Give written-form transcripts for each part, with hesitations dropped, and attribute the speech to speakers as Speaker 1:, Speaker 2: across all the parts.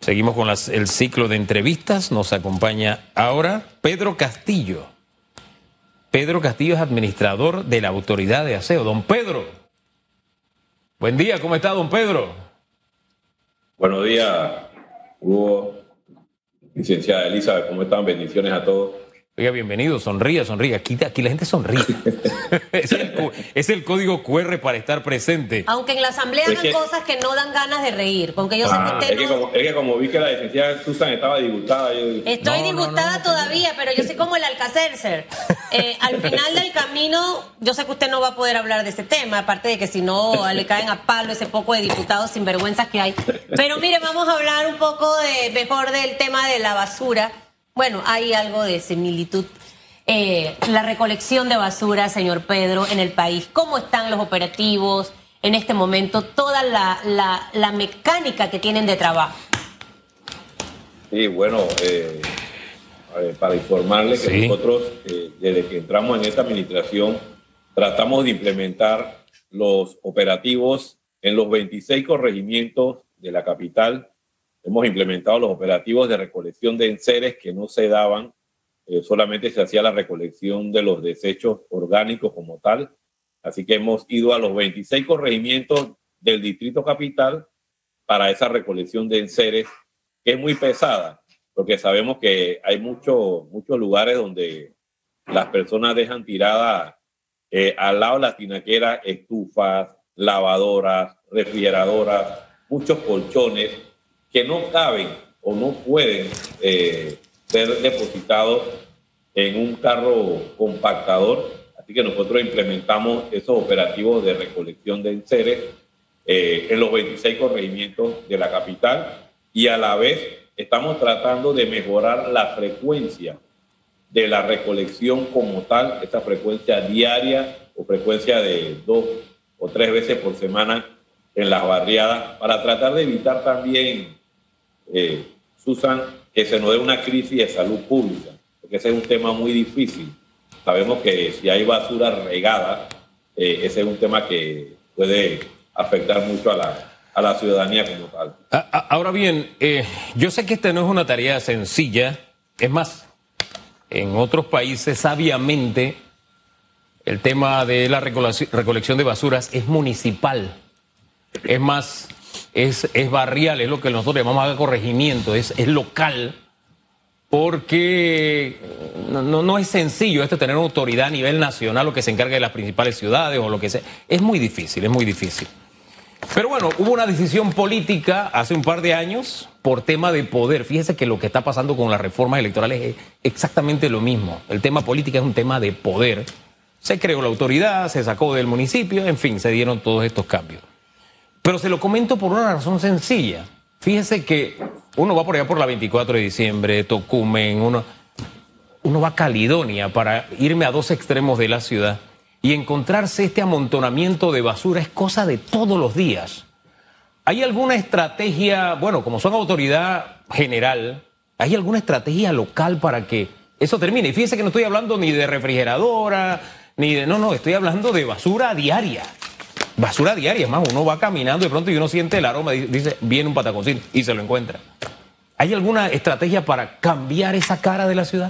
Speaker 1: Seguimos con el ciclo de entrevistas. Nos acompaña ahora Pedro Castillo. Pedro Castillo es administrador de la Autoridad de Aseo. Don Pedro, buen día, ¿cómo está, don Pedro?
Speaker 2: Buenos días, Hugo, licenciada Elizabeth, ¿cómo están? Bendiciones a todos.
Speaker 1: Oiga, bienvenido, sonríe. Aquí la gente sonríe. es el código QR para estar presente.
Speaker 3: Aunque en la asamblea hagan cosas que no dan ganas de reír, porque yo sé que usted
Speaker 2: es que como vi que la licenciada Susan estaba disgustada, yo dije,
Speaker 3: estoy disgustada todavía, pero yo soy como el Alcacercer. Al final del camino, yo sé que usted no va a poder hablar de ese tema, aparte de que si no le caen a palo ese poco de diputados sinvergüenzas que hay. Pero mire, vamos a hablar un poco mejor del tema de la basura. Bueno, hay algo de similitud. La recolección de basura, señor Pedro, en el país. ¿Cómo están los operativos en este momento? Toda la mecánica que tienen de trabajo.
Speaker 2: Sí, bueno, para informarle que nosotros, desde que entramos en esta administración, tratamos de implementar los operativos en los 26 corregimientos de la capital. Hemos implementado los operativos de recolección de enseres que no se daban, solamente se hacía la recolección de los desechos orgánicos como tal. Así que hemos ido a los 26 corregimientos del Distrito Capital para esa recolección de enseres, que es muy pesada, porque sabemos que hay muchos lugares donde las personas dejan tiradas al lado de la tinaquera estufas, lavadoras, refrigeradoras, muchos colchones que no caben o no pueden ser depositados en un carro compactador. Así que nosotros implementamos esos operativos de recolección de enseres en los 26 corregimientos de la capital, y a la vez estamos tratando de mejorar la frecuencia de la recolección como tal, esta frecuencia diaria o frecuencia de 2 o 3 veces por semana en las barriadas, para tratar de evitar también, Susan, que se nos dé una crisis de salud pública, porque ese es un tema muy difícil. Sabemos que si hay basura regada, ese es un tema que puede afectar mucho a la ciudadanía como tal.
Speaker 1: Ahora bien, yo sé que esta no es una tarea sencilla. Es más, en otros países, sabiamente, el tema de la recolección de basuras es municipal. Es más, es barrial, es lo que nosotros llamamos corregimiento, es local, porque no es sencillo tener una autoridad a nivel nacional o que se encargue de las principales ciudades o lo que sea. Es muy difícil, es muy difícil. Pero bueno, hubo una decisión política hace un par de años por tema de poder. Fíjese que lo que está pasando con las reformas electorales es exactamente lo mismo. El tema político es un tema de poder. Se creó la autoridad, se sacó del municipio, en fin, se dieron todos estos cambios. Pero se lo comento por una razón sencilla. Fíjese que uno va por allá por la 24 de diciembre, Tocumen, uno va a Caledonia para irme a dos extremos de la ciudad y encontrarse este amontonamiento de basura es cosa de todos los días. ¿Hay alguna estrategia, bueno, como son autoridad general, hay alguna estrategia local para que eso termine? Y fíjese que no estoy hablando ni de refrigeradora, ni de... No, estoy hablando de basura diaria. Basura diaria, es más, uno va caminando de pronto y uno siente el aroma, dice, viene un pataconcito y se lo encuentra. ¿Hay alguna estrategia para cambiar esa cara de la ciudad?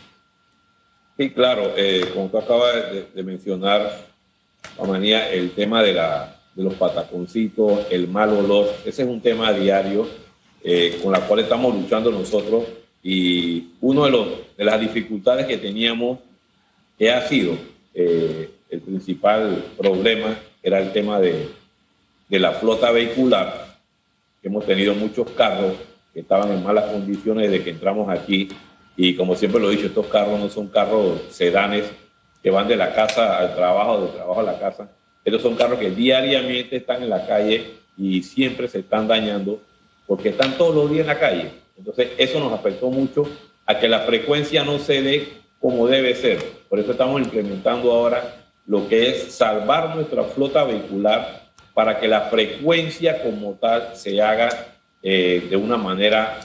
Speaker 2: Sí, claro, como tú acabas de mencionar, Amanía, el tema de los pataconcitos, el mal olor, ese es un tema diario con la cual estamos luchando nosotros, y uno de las dificultades que teníamos que ha sido el principal problema era el tema de la flota vehicular. Hemos tenido muchos carros que estaban en malas condiciones desde que entramos aquí, y como siempre lo he dicho, estos carros no son carros sedanes que van de la casa al trabajo, del trabajo a la casa. Estos son carros que diariamente están en la calle y siempre se están dañando porque están todos los días en la calle. Entonces eso nos afectó mucho a que la frecuencia no se dé como debe ser. Por eso estamos implementando ahora lo que es salvar nuestra flota vehicular para que la frecuencia como tal se haga de una manera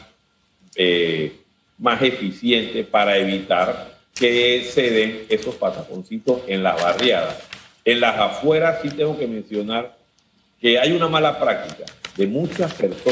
Speaker 2: más eficiente, para evitar que se den esos pataconcitos en las barriadas. En las afueras sí tengo que mencionar que hay una mala práctica de muchas personas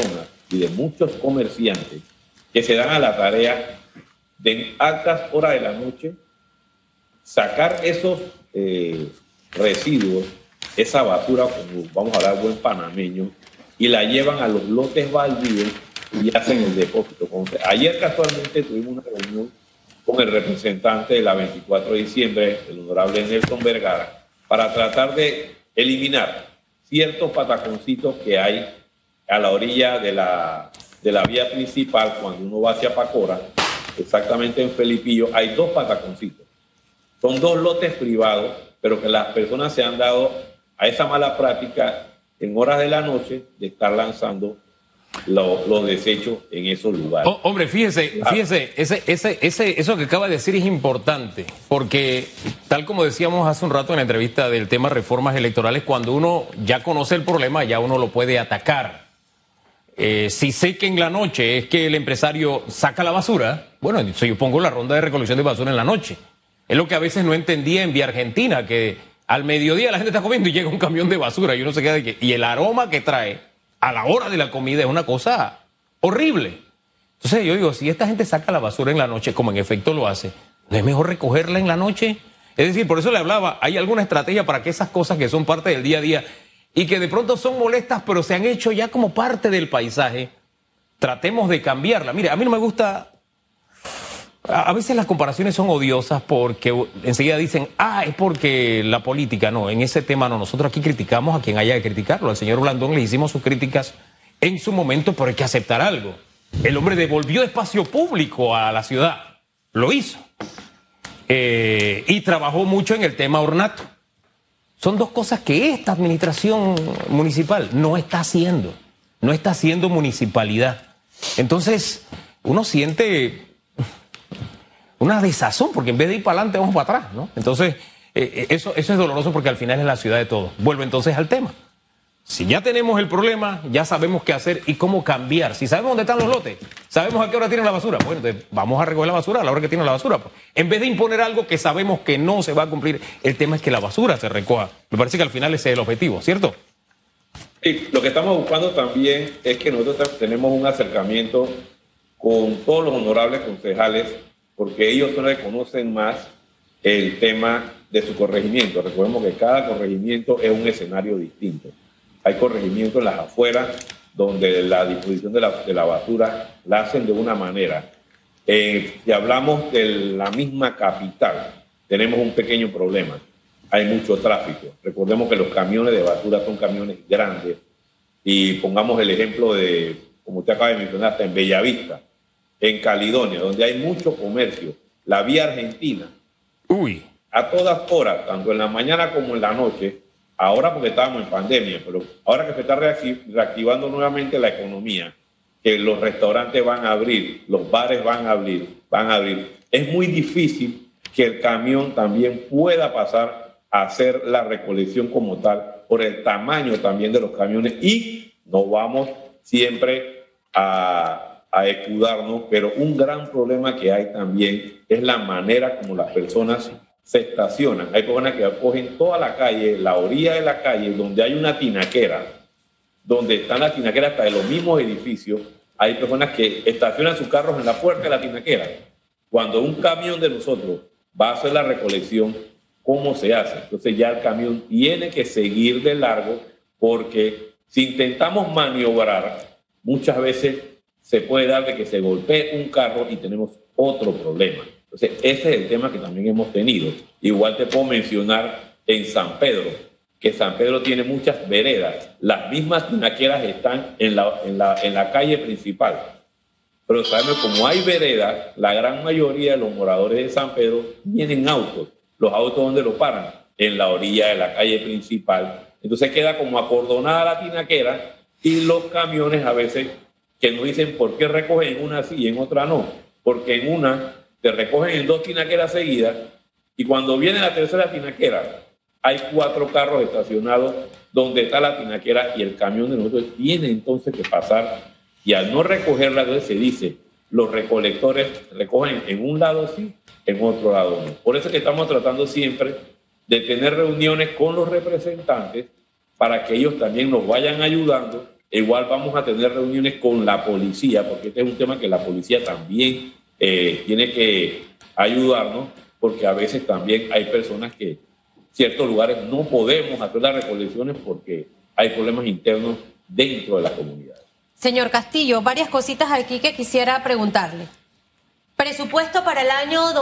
Speaker 2: y de muchos comerciantes que se dan a la tarea de en altas horas de la noche sacar esos residuos, esa basura, como vamos a hablar buen panameño, y la llevan a los lotes baldíos y hacen el depósito. Ayer casualmente tuvimos una reunión con el representante de la 24 de diciembre, el honorable Nelson Vergara, para tratar de eliminar ciertos pataconcitos que hay a la orilla de la vía principal cuando uno va hacia Pacora, exactamente en Felipillo, hay 2 pataconcitos. Son 2 lotes privados, pero que las personas se han dado a esa mala práctica en horas de la noche de estar lanzando los desechos en esos lugares.
Speaker 1: Hombre, fíjese, eso que acaba de decir es importante, porque tal como decíamos hace un rato en la entrevista del tema reformas electorales, cuando uno ya conoce el problema, ya uno lo puede atacar. Si sé que en la noche es que el empresario saca la basura, bueno, yo pongo la ronda de recolección de basura en la noche. Es lo que a veces no entendía en Vía Argentina, que al mediodía la gente está comiendo y llega un camión de basura y uno se queda de que... Y el aroma que trae a la hora de la comida es una cosa horrible. Entonces yo digo, si esta gente saca la basura en la noche, como en efecto lo hace, ¿no es mejor recogerla en la noche? Es decir, por eso le hablaba, hay alguna estrategia para que esas cosas que son parte del día a día y que de pronto son molestas, pero se han hecho ya como parte del paisaje, tratemos de cambiarla. Mire, a mí no me gusta... A veces las comparaciones son odiosas porque enseguida dicen, es porque la política. No, en ese tema no. Nosotros aquí criticamos a quien haya que criticarlo. Al señor Blandón le hicimos sus críticas en su momento, pero hay que aceptar algo. El hombre devolvió espacio público a la ciudad. Lo hizo. Y trabajó mucho en el tema ornato. Son 2 cosas que esta administración municipal no está haciendo. No está haciendo municipalidad. Entonces, uno siente... una desazón, porque en vez de ir para adelante vamos para atrás, ¿no? Entonces, eso es doloroso porque al final es la ciudad de todos. Vuelvo entonces al tema. Si ya tenemos el problema, ya sabemos qué hacer y cómo cambiar. Si sabemos dónde están los lotes, sabemos a qué hora tienen la basura, bueno, entonces vamos a recoger la basura a la hora que tienen la basura. Pues. En vez de imponer algo que sabemos que no se va a cumplir, el tema es que la basura se recoja. Me parece que al final ese es el objetivo, ¿cierto?
Speaker 2: Sí, lo que estamos buscando también es que nosotros tenemos un acercamiento con todos los honorables concejales, porque ellos reconocen más el tema de su corregimiento. Recordemos que cada corregimiento es un escenario distinto. Hay corregimientos en las afueras donde la disposición de la basura la hacen de una manera. Si hablamos de la misma capital, tenemos un pequeño problema. Hay mucho tráfico. Recordemos que los camiones de basura son camiones grandes. Y pongamos el ejemplo de, como usted acaba de mencionar, hasta en Bellavista, en Caledonia, donde hay mucho comercio, la vía argentina, a todas horas, tanto en la mañana como en la noche, ahora porque estábamos en pandemia, pero ahora que se está reactivando nuevamente la economía, que los restaurantes van a abrir, los bares van a abrir, es muy difícil que el camión también pueda pasar a hacer la recolección como tal, por el tamaño también de los camiones, y no vamos siempre a escudarnos, pero un gran problema que hay también es la manera como las personas se estacionan. Hay personas que cogen toda la calle, la orilla de la calle, donde hay una tinaquera, donde están las tinaqueras hasta de los mismos edificios. Hay personas que estacionan sus carros en la puerta de la tinaquera. Cuando un camión de nosotros va a hacer la recolección, ¿cómo se hace? Entonces ya el camión tiene que seguir de largo, porque si intentamos maniobrar, muchas veces se puede dar de que se golpee un carro y tenemos otro problema. Entonces, ese es el tema que también hemos tenido. Igual te puedo mencionar en San Pedro, que San Pedro tiene muchas veredas. Las mismas tinaqueras están en la calle principal. Pero sabemos, como hay veredas, la gran mayoría de los moradores de San Pedro tienen autos. Los autos, ¿dónde los paran? En la orilla de la calle principal. Entonces queda como acordonada la tinaquera, y los camiones a veces que nos dicen por qué recogen en una sí y en otra no. Porque en una te recogen en 2 tinaqueras seguidas, y cuando viene la tercera tinaquera hay 4 carros estacionados donde está la tinaquera, y el camión de nosotros tiene entonces que pasar, y al no recogerla, entonces se dice, los recolectores recogen en un lado sí, en otro lado no. Por eso es que estamos tratando siempre de tener reuniones con los representantes para que ellos también nos vayan ayudando igual vamos a tener reuniones con la policía, porque este es un tema que la policía también tiene que ayudarnos, porque a veces también hay personas que en ciertos lugares no podemos hacer las recolecciones porque hay problemas internos dentro de la comunidad.
Speaker 3: Señor Castillo, varias cositas aquí que quisiera preguntarle. Presupuesto para el año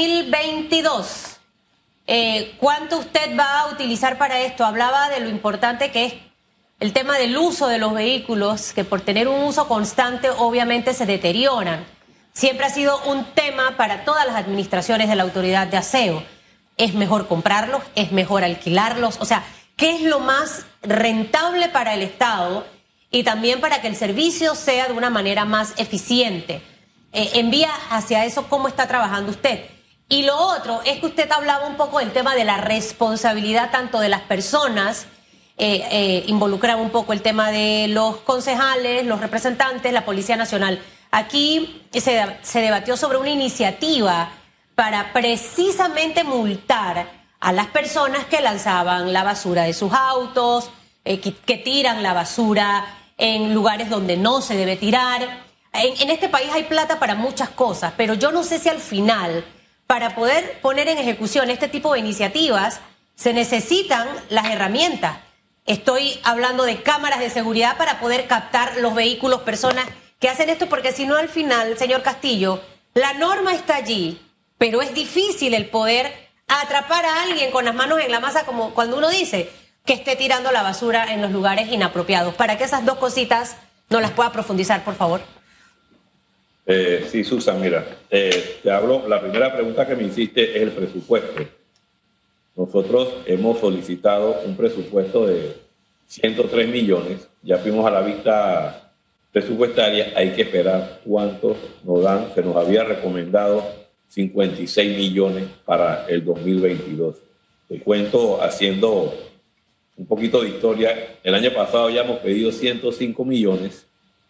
Speaker 3: 2022. ¿Cuánto usted va a utilizar para esto? Hablaba de lo importante que es el tema del uso de los vehículos, que por tener un uso constante obviamente se deterioran. Siempre ha sido un tema para todas las administraciones de la autoridad de aseo. ¿Es mejor comprarlos? ¿Es mejor alquilarlos? O sea, ¿qué es lo más rentable para el Estado y también para que el servicio sea de una manera más eficiente? En vía hacia eso, ¿cómo está trabajando usted? Y lo otro es que usted hablaba un poco del tema de la responsabilidad tanto de las personas, involucraba un poco el tema de los concejales, los representantes, la Policía Nacional. Aquí se debatió sobre una iniciativa para precisamente multar a las personas que lanzaban la basura de sus autos, que tiran la basura en lugares donde no se debe tirar. En este país hay plata para muchas cosas, pero yo no sé si al final, para poder poner en ejecución este tipo de iniciativas, se necesitan las herramientas. Estoy hablando de cámaras de seguridad para poder captar los vehículos, personas que hacen esto, porque si no al final, señor Castillo, la norma está allí, pero es difícil el poder atrapar a alguien con las manos en la masa, como cuando uno dice que esté tirando la basura en los lugares inapropiados. Para que esas dos cositas nos las pueda profundizar, por favor.
Speaker 2: Sí, Susan, mira, te hablo, la primera pregunta que me hiciste es el presupuesto. Nosotros hemos solicitado un presupuesto de 103 millones, ya fuimos a la vista presupuestaria, hay que esperar cuántos nos dan, se nos había recomendado 56 millones para el 2022. Te cuento haciendo un poquito de historia, el año pasado habíamos pedido 105 millones,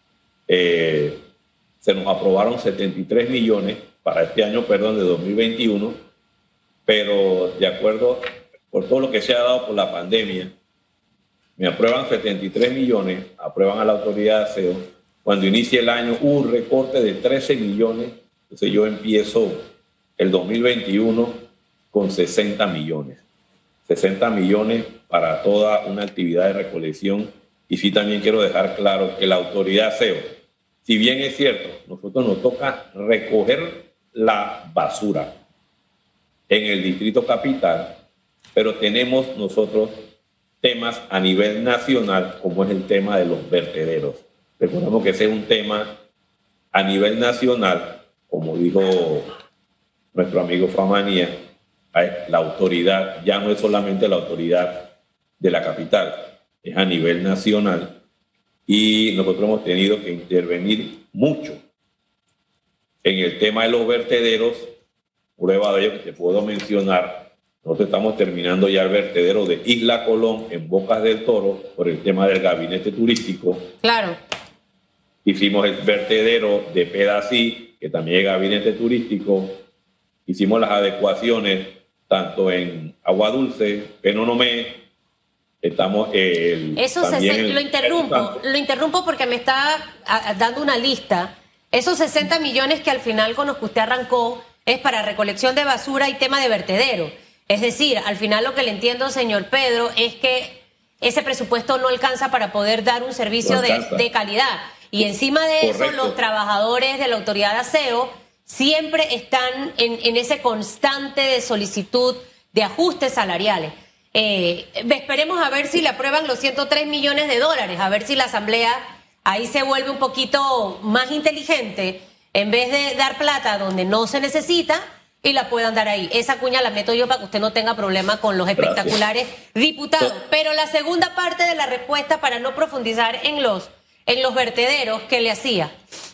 Speaker 2: se nos aprobaron 73 millones para este año, perdón, de 2021, pero de acuerdo por todo lo que se ha dado por la pandemia, me aprueban 73 millones, aprueban a la autoridad de aseo. Cuando inicia el año hubo un recorte de 13 millones, entonces yo empiezo el 2021 con 60 millones. 60 millones para toda una actividad de recolección. Y sí también quiero dejar claro que la autoridad de aseo, si bien es cierto, nosotros nos toca recoger la basura en el Distrito Capital, pero tenemos nosotros temas a nivel nacional, como es el tema de los vertederos. Recordemos que ese es un tema a nivel nacional, como dijo nuestro amigo Famanía, la autoridad ya no es solamente la autoridad de la capital, es a nivel nacional. Y nosotros hemos tenido que intervenir mucho en el tema de los vertederos. Prueba de ello que te puedo mencionar, nosotros estamos terminando ya el vertedero de Isla Colón en Bocas del Toro por el tema del gabinete turístico.
Speaker 3: Claro.
Speaker 2: Hicimos el vertedero de Pedací, que también es gabinete turístico. Hicimos las adecuaciones tanto en Agua Dulce, Penonomé. Estamos
Speaker 3: lo interrumpo porque me está dando una lista. Esos 60 millones que al final con los que usted arrancó es para recolección de basura y tema de vertedero. Es decir, al final lo que le entiendo, señor Pedro, es que ese presupuesto no alcanza para poder dar un servicio de calidad. Y encima de eso, los trabajadores de la autoridad de aseo siempre están en ese constante de solicitud de ajustes salariales. Esperemos a ver si le aprueban los 103 millones de dólares, a ver si la Asamblea ahí se vuelve un poquito más inteligente, en vez de dar plata donde no se necesita y la puedan dar ahí. Esa cuña la meto yo para que usted no tenga problema con los espectaculares diputados. Pero la segunda parte de la respuesta, para no profundizar en los vertederos, ¿qué le hacía?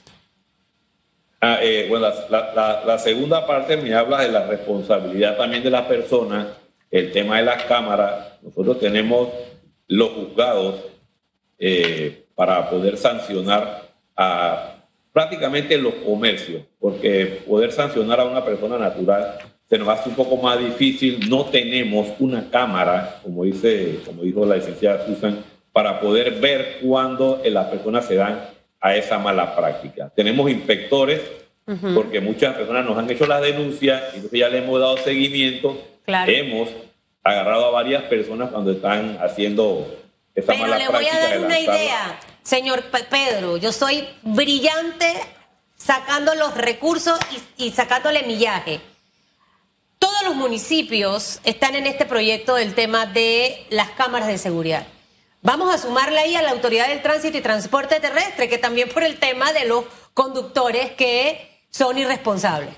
Speaker 2: Bueno, la segunda parte me habla de la responsabilidad también de las personas, el tema de las cámaras. Nosotros tenemos los juzgados para poder sancionar a prácticamente los comercios, porque poder sancionar a una persona natural se nos hace un poco más difícil. No tenemos una cámara, como dijo la licenciada Susan, para poder ver cuándo las personas se dan a esa mala práctica. Tenemos inspectores, porque muchas personas nos han hecho las denuncias, y entonces ya le hemos dado seguimiento. Claro. Hemos agarrado a varias personas cuando están haciendo esa mala práctica. Pero le voy a dar una idea,
Speaker 3: señor Pedro. Yo soy brillante sacando los recursos y sacándole millaje. Todos los municipios están en este proyecto del tema de las cámaras de seguridad. Vamos a sumarle ahí a la Autoridad del Tránsito y Transporte Terrestre, que también por el tema de los conductores que son irresponsables.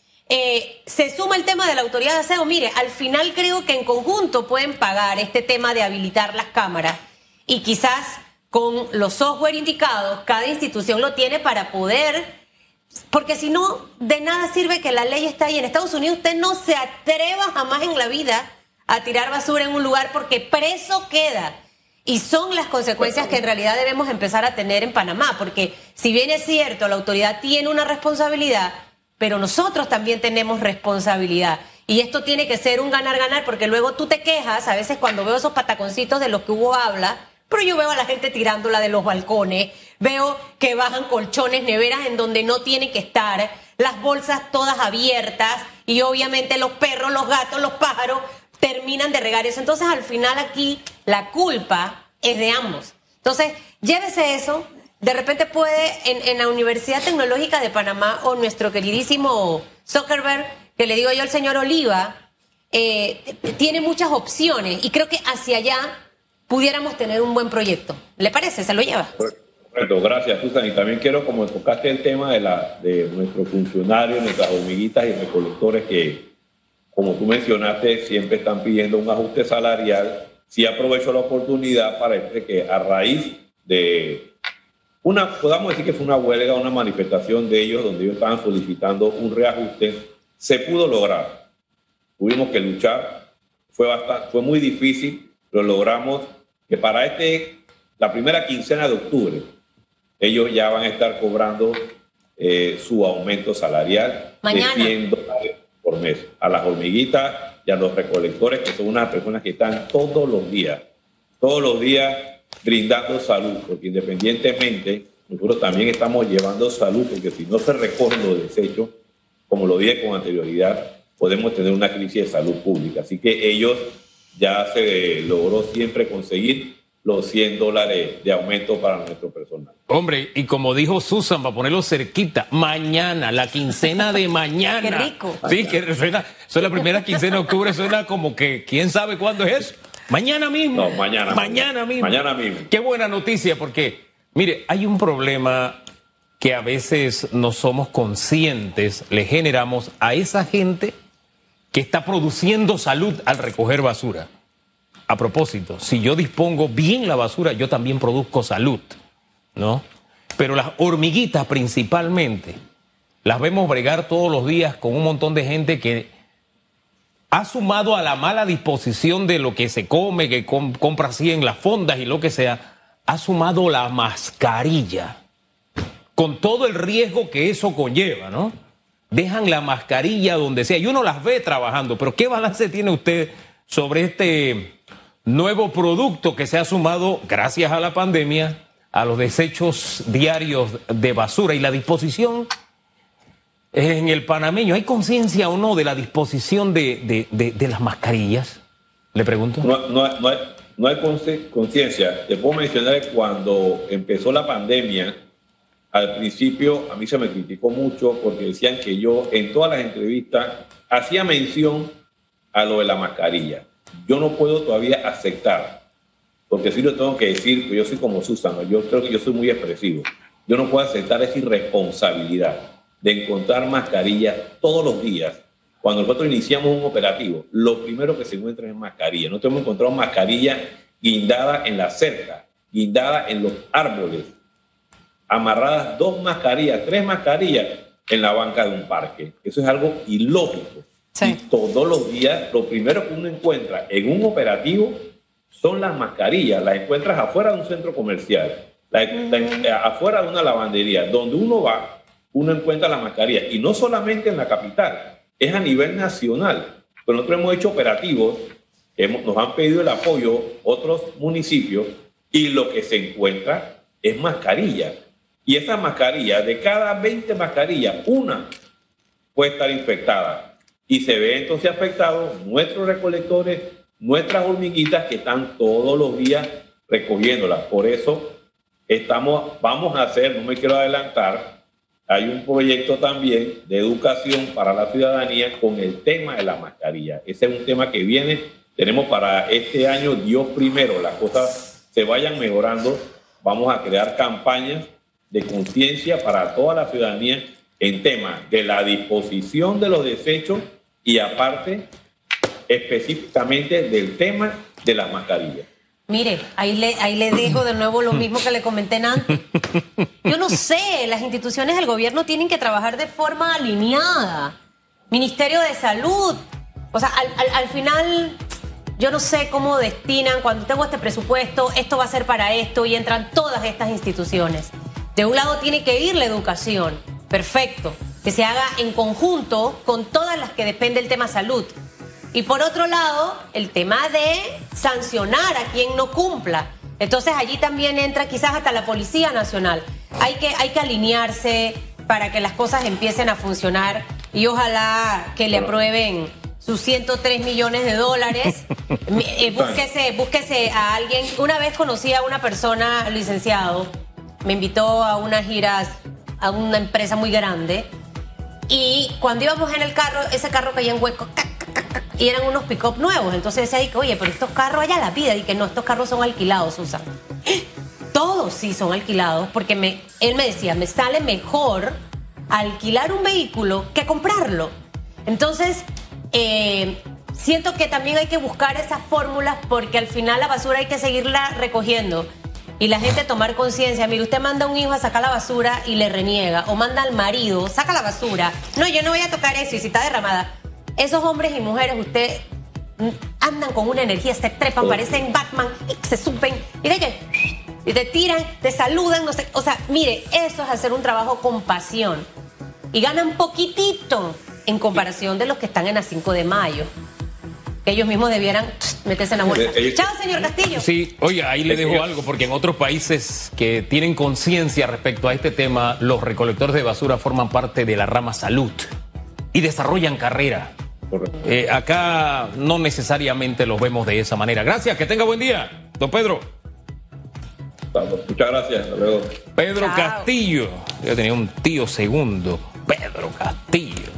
Speaker 3: Se suma el tema de la Autoridad de Aseo. Mire, al final creo que en conjunto pueden pagar este tema de habilitar las cámaras y quizás con los software indicados, cada institución lo tiene para poder, porque si no, de nada sirve que la ley esté ahí. En Estados Unidos usted no se atreva jamás en la vida a tirar basura en un lugar porque preso queda. Y son las consecuencias que en realidad debemos empezar a tener en Panamá, porque si bien es cierto, la autoridad tiene una responsabilidad, pero nosotros también tenemos responsabilidad. Y esto tiene que ser un ganar-ganar, porque luego tú te quejas, a veces cuando veo esos pataconcitos de los que Hugo habla, pero yo veo a la gente tirándola de los balcones, veo que bajan colchones, neveras en donde no tienen que estar, las bolsas todas abiertas, y obviamente los perros, los gatos, los pájaros terminan de regar eso. Entonces, al final aquí la culpa es de ambos. Entonces, llévese eso. De repente puede, en la Universidad Tecnológica de Panamá, o nuestro queridísimo Zuckerberg, que le digo yo al señor Oliva, tiene muchas opciones y creo que hacia allá pudiéramos tener un buen proyecto. ¿Le parece? ¿Se lo lleva?
Speaker 2: Correcto, gracias, Susan. Y también quiero, como tocaste el tema de nuestros funcionarios, nuestras hormiguitas y recolectores que, como tú mencionaste, siempre están pidiendo un ajuste salarial. Sí aprovecho la oportunidad para decir que a raíz de podamos decir que fue una huelga, una manifestación de ellos, donde ellos estaban solicitando un reajuste, se pudo lograr. Tuvimos que luchar, fue muy difícil, pero logramos que para la primera quincena de octubre, ellos ya van a estar cobrando su aumento salarial
Speaker 3: mañana,
Speaker 2: de $100 por mes. A las hormiguitas y a los recolectores, que son unas personas que están todos los días brindando salud, porque independientemente nosotros también estamos llevando salud, porque si no se recogen los desechos, como lo dije con anterioridad, podemos tener una crisis de salud pública. Así que ellos ya se logró siempre conseguir los $100 de aumento para nuestro personal.
Speaker 1: Hombre, y como dijo Susan, para ponerlo cerquita, mañana, la quincena de mañana.
Speaker 3: ¡Qué rico!
Speaker 1: Sí, que suena, eso es la primera quincena de octubre, suena como que, ¿quién sabe cuándo es eso? Mañana mismo.
Speaker 2: No, mañana mismo. Mañana mismo.
Speaker 1: Qué buena noticia, porque, mire, hay un problema que a veces no somos conscientes, le generamos a esa gente que está produciendo salud al recoger basura. A propósito, si yo dispongo bien la basura, yo también produzco salud, ¿no? Pero las hormiguitas principalmente, las vemos bregar todos los días con un montón de gente que ha sumado a la mala disposición de lo que se come, que compra así en las fondas y lo que sea, ha sumado la mascarilla, con todo el riesgo que eso conlleva, ¿no? Dejan la mascarilla donde sea y uno las ve trabajando, pero ¿qué balance tiene usted sobre este nuevo producto que se ha sumado, gracias a la pandemia, a los desechos diarios de basura y la disposición en el panameño? ¿Hay conciencia o no de la disposición de las mascarillas? Le pregunto.
Speaker 2: No hay conciencia. Te puedo mencionar que cuando empezó la pandemia, al principio a mí se me criticó mucho porque decían que yo en todas las entrevistas hacía mención a lo de la mascarilla. Yo no puedo todavía aceptar, porque sí lo tengo que decir, que yo soy como Susan, yo creo que yo soy muy expresivo. Yo no puedo aceptar esa irresponsabilidad de encontrar mascarillas todos los días. Cuando nosotros iniciamos un operativo, lo primero que se encuentra es mascarilla. Nosotros hemos encontrado mascarillas guindadas en la cerca, guindadas en los árboles, amarradas 2 mascarillas, 3 mascarillas en la banca de un parque. Eso es algo ilógico. Sí. Y todos los días, lo primero que uno encuentra en un operativo son las mascarillas. Las encuentras afuera de un centro comercial, afuera de una lavandería. Donde uno va, uno encuentra las mascarillas. Y no solamente en la capital, es a nivel nacional. Pero nosotros hemos hecho operativos, nos han pedido el apoyo otros municipios, y lo que se encuentra es mascarilla. Y esas mascarillas, de cada 20 mascarillas, una puede estar infectada. Y se ve entonces afectados nuestros recolectores, nuestras hormiguitas que están todos los días recogiéndolas. Por eso vamos a hacer, no me quiero adelantar, hay un proyecto también de educación para la ciudadanía con el tema de la mascarilla. Ese es un tema que viene, tenemos para este año, Dios primero, las cosas se vayan mejorando. Vamos a crear campañas de conciencia para toda la ciudadanía en temas de la disposición de los desechos y aparte específicamente del tema de las mascarillas.
Speaker 3: Mire, ahí le dejo de nuevo lo mismo que le comenté antes. Yo no sé, las instituciones del gobierno tienen que trabajar de forma alineada. Ministerio de Salud. O sea, al final, yo no sé cómo destinan, cuando tengo este presupuesto, esto va a ser para esto, y entran todas estas instituciones. De un lado tiene que ir la educación, perfecto, que se haga en conjunto con todas las que depende el tema salud. Y por otro lado, el tema de sancionar a quien no cumpla. Entonces allí también entra quizás hasta la Policía Nacional. Hay que alinearse para que las cosas empiecen a funcionar y ojalá que le aprueben sus 103 millones de dólares. Búsquese a alguien. Una vez conocí a una persona, licenciado, me invitó a unas giras a una empresa muy grande y cuando íbamos en el carro, ese carro caía en hueco y eran unos pick-up nuevos. Entonces decía, oye, pero estos carros allá la vida, y que no, estos carros son alquilados, Susan. Todos sí son alquilados porque él me decía, me sale mejor alquilar un vehículo que comprarlo. Entonces, siento que también hay que buscar esas fórmulas porque al final la basura hay que seguirla recogiendo. Y la gente tomar conciencia. Mire, usted manda a un hijo a sacar la basura y le reniega. O manda al marido, saca la basura. No, yo no voy a tocar eso, y si está derramada. Esos hombres y mujeres, usted andan con una energía, se trepan, parecen Batman, y se suben, y te tiran, te saludan, no sé. O sea, mire, eso es hacer un trabajo con pasión. Y ganan poquitito en comparación de los que están en la 5 de mayo. Que ellos mismos debieran meterse en la bolsa. Chao, señor Castillo.
Speaker 1: Sí, oye, ahí le dejo algo, porque en otros países que tienen conciencia respecto a este tema, los recolectores de basura forman parte de la rama salud y desarrollan carrera. Acá no necesariamente los vemos de esa manera. Gracias, que tenga buen día, don Pedro.
Speaker 2: Muchas gracias, hasta luego.
Speaker 1: Pedro Castillo. Yo tenía un tío segundo, Pedro Castillo.